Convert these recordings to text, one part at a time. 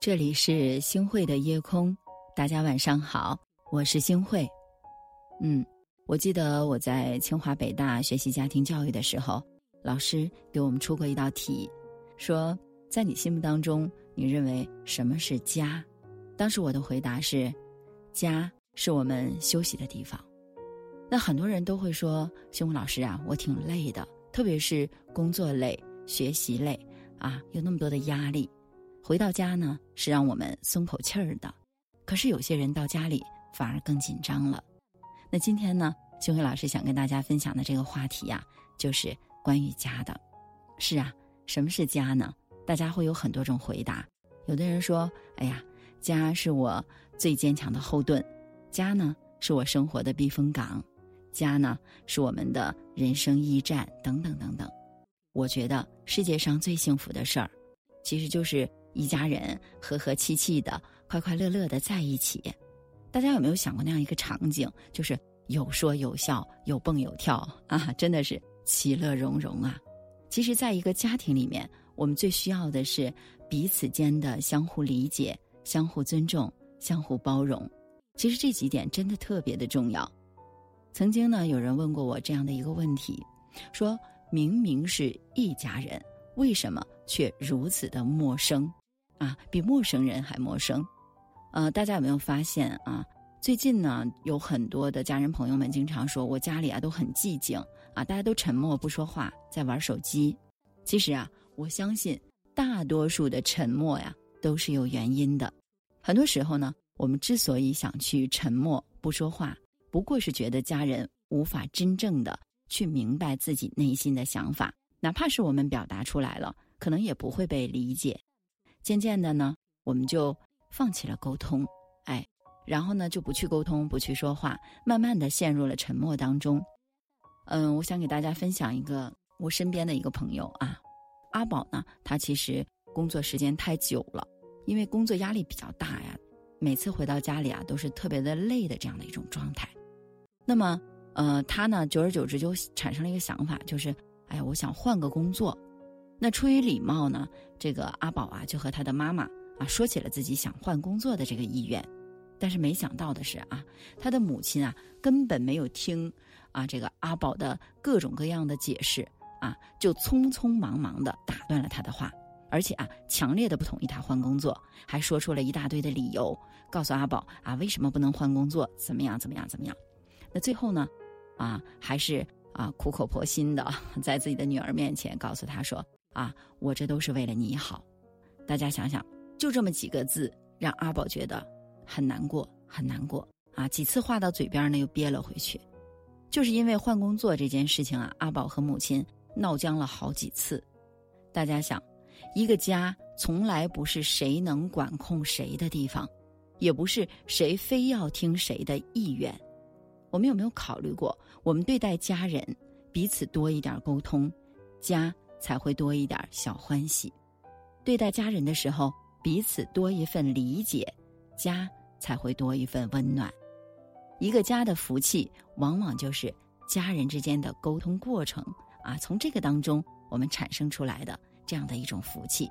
这里是星慧的夜空，大家晚上好，我是星慧。我记得我在清华北大学习家庭教育的时候，老师给我们出过一道题，说在你心目当中，你认为什么是家？当时我的回答是，家是我们休息的地方。那很多人都会说，星慧老师啊，我挺累的，特别是工作累、学习累啊，有那么多的压力。回到家呢，是让我们松口气儿的。可是有些人到家里反而更紧张了。那今天呢，星慧老师想跟大家分享的这个话题啊，就是关于家的。是啊，什么是家呢？大家会有很多种回答。有的人说，哎呀，家是我最坚强的后盾，家呢是我生活的避风港，家呢是我们的人生驿站，等等等等。我觉得世界上最幸福的事儿，其实就是一家人和和气气的、快快乐乐的在一起。大家有没有想过那样一个场景，就是有说有笑，有蹦有跳啊，真的是其乐融融啊。其实在一个家庭里面，我们最需要的是彼此间的相互理解、相互尊重、相互包容。其实这几点真的特别的重要。曾经呢，有人问过我这样的一个问题，说明明是一家人，为什么却如此的陌生啊？比陌生人还陌生。大家有没有发现啊？最近呢，有很多的家人朋友们经常说，我家里啊都很寂静啊，大家都沉默不说话，在玩手机。其实啊，我相信大多数的沉默呀都是有原因的。很多时候呢，我们之所以想去沉默不说话，不过是觉得家人无法真正的去明白自己内心的想法，哪怕是我们表达出来了，可能也不会被理解。渐渐的呢，我们就放弃了沟通，然后呢就不去沟通，不去说话，慢慢的陷入了沉默当中。我想给大家分享一个我身边的一个朋友啊，阿宝呢，他其实工作时间太久了，因为工作压力比较大呀，每次回到家里啊都是特别的累的这样的一种状态。那么他呢久而久之就产生了一个想法，就是我想换个工作。那出于礼貌呢，这个阿宝啊就和他的妈妈啊说起了自己想换工作的这个意愿。但是没想到的是啊，他的母亲啊根本没有听啊这个阿宝的各种各样的解释啊，就匆匆忙忙的打断了他的话，而且啊强烈的不同意他换工作，还说出了一大堆的理由，告诉阿宝啊为什么不能换工作，怎么样怎么样怎么样。那最后呢还是苦口婆心的在自己的女儿面前告诉他说我这都是为了你好。大家想想，就这么几个字，让阿宝觉得很难过很难过啊！几次话到嘴边呢又憋了回去。就是因为换工作这件事情啊，阿宝和母亲闹僵了好几次。大家想，一个家从来不是谁能管控谁的地方，也不是谁非要听谁的意愿。我们有没有考虑过，我们对待家人彼此多一点沟通，家才会多一点小欢喜。对待家人的时候，彼此多一份理解，家才会多一份温暖。一个家的福气，往往就是家人之间的沟通过程从这个当中我们产生出来的这样的一种福气。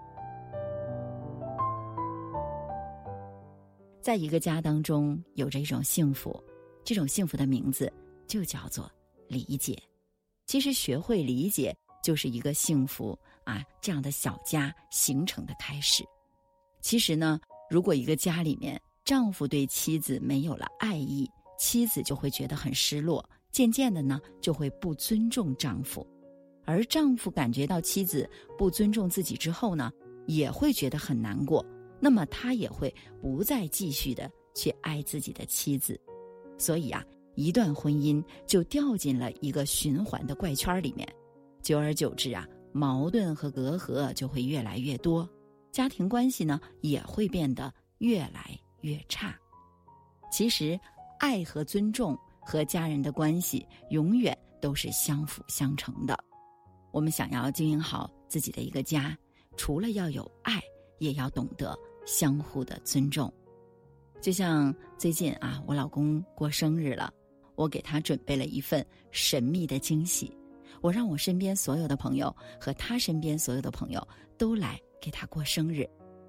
在一个家当中有着一种幸福，这种幸福的名字就叫做理解。其实学会理解就是一个幸福这样的小家形成的开始。其实呢，如果一个家里面丈夫对妻子没有了爱意，妻子就会觉得很失落，渐渐的呢就会不尊重丈夫。而丈夫感觉到妻子不尊重自己之后呢，也会觉得很难过，那么他也会不再继续的去爱自己的妻子。所以一段婚姻就掉进了一个循环的怪圈里面，久而久之矛盾和隔阂就会越来越多，家庭关系呢也会变得越来越差。其实爱和尊重和家人的关系永远都是相辅相成的。我们想要经营好自己的一个家，除了要有爱，也要懂得相互的尊重。就像最近我老公过生日了，我给他准备了一份神秘的惊喜，我让我身边所有的朋友和他身边所有的朋友都来给他过生日。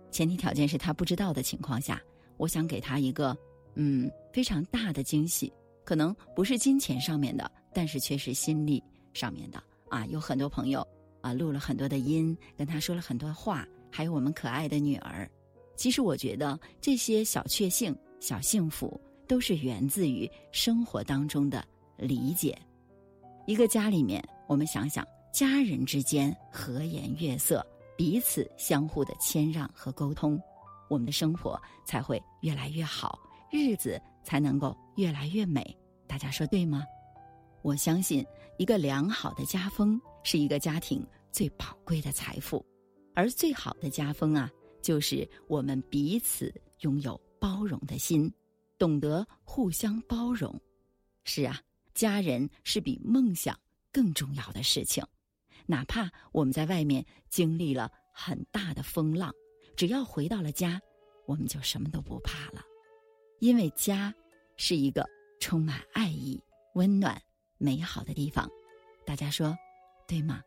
前提条件是他不知道的情况下，我想给他一个非常大的惊喜，可能不是金钱上面的，但是却是心力上面的啊。有很多朋友录了很多的音，跟他说了很多话，还有我们可爱的女儿。其实我觉得这些小确幸、小幸福都是源自于生活当中的理解。一个家里面，我们想想，家人之间和颜悦色，彼此相互的谦让和沟通，我们的生活才会越来越好，日子才能够越来越美。大家说对吗？我相信一个良好的家风是一个家庭最宝贵的财富，而最好的家风就是我们彼此拥有包容的心，懂得互相包容。是啊，家人是比梦想更重要的事情。哪怕我们在外面经历了很大的风浪，只要回到了家，我们就什么都不怕了。因为家是一个充满爱意、温暖、美好的地方。大家说对吗？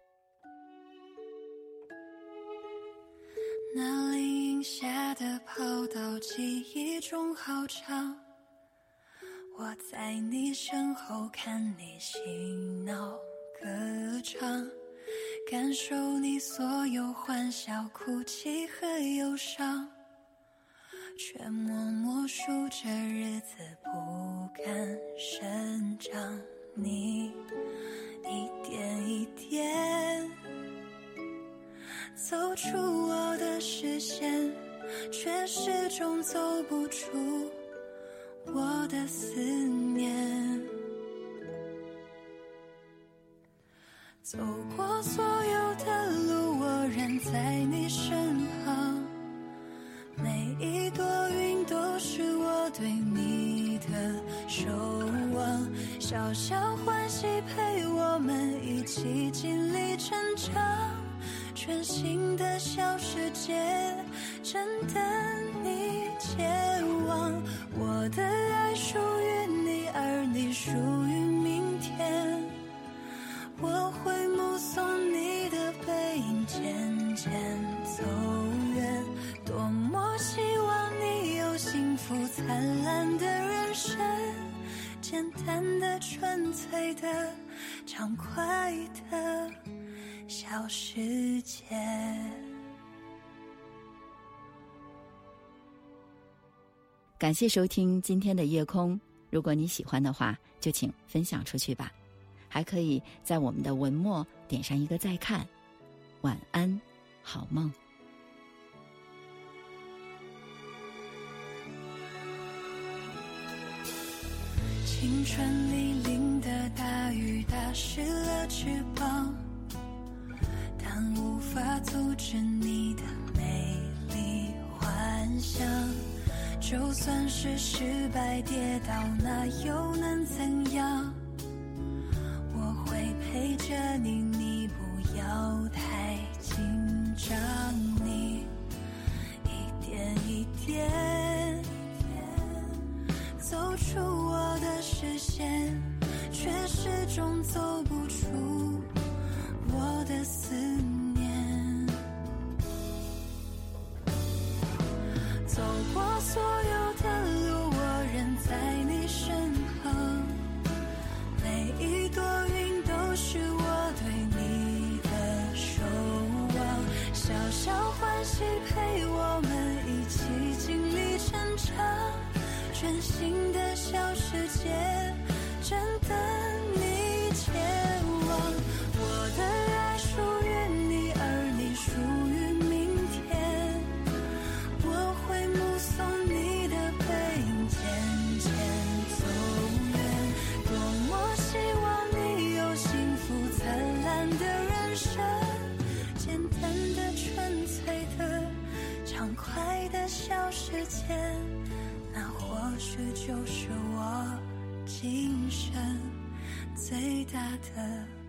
那林荫下的跑道记忆中好长，我在你身后看你嬉闹歌唱，感受你所有欢笑、哭泣和忧伤，却默默数着日子不敢生长。你一点一点走出我的视线，却始终走不出我的思念。走过所有的路，我仍在你身旁，每一朵云都是我对你的守望，小小欢喜陪我们一起经历成长，全新的小世界正等你前往。我的爱属于你，而你属于明天，我会目送你的背影渐渐走远，多么希望你有幸福灿烂的人生，简单的、纯粹的、畅快的小世界。 感谢收听今天的夜空，如果你喜欢的话，就请分享出去吧。还可以在我们的文末点上一个再看。晚安，好梦。 青春里淋的大雨打湿了翅膀，但无法阻止你的美丽幻想。就算是失败跌倒，那又能怎样？我会陪着你，你不要太紧张。你一点一点走出我的视线，却始终走不出我的思念。走过所有的路，我仍在你身旁，每一朵云都是我对你的守望，小小欢喜陪我们一起经历成长，全新的小世界正等你前往。我的爱属于你，而你属于明天，我会目送你的背影渐渐走远，多么希望你有幸福灿烂的人生，简单的、纯粹的、畅快的小世界，那或许就是我今生最大的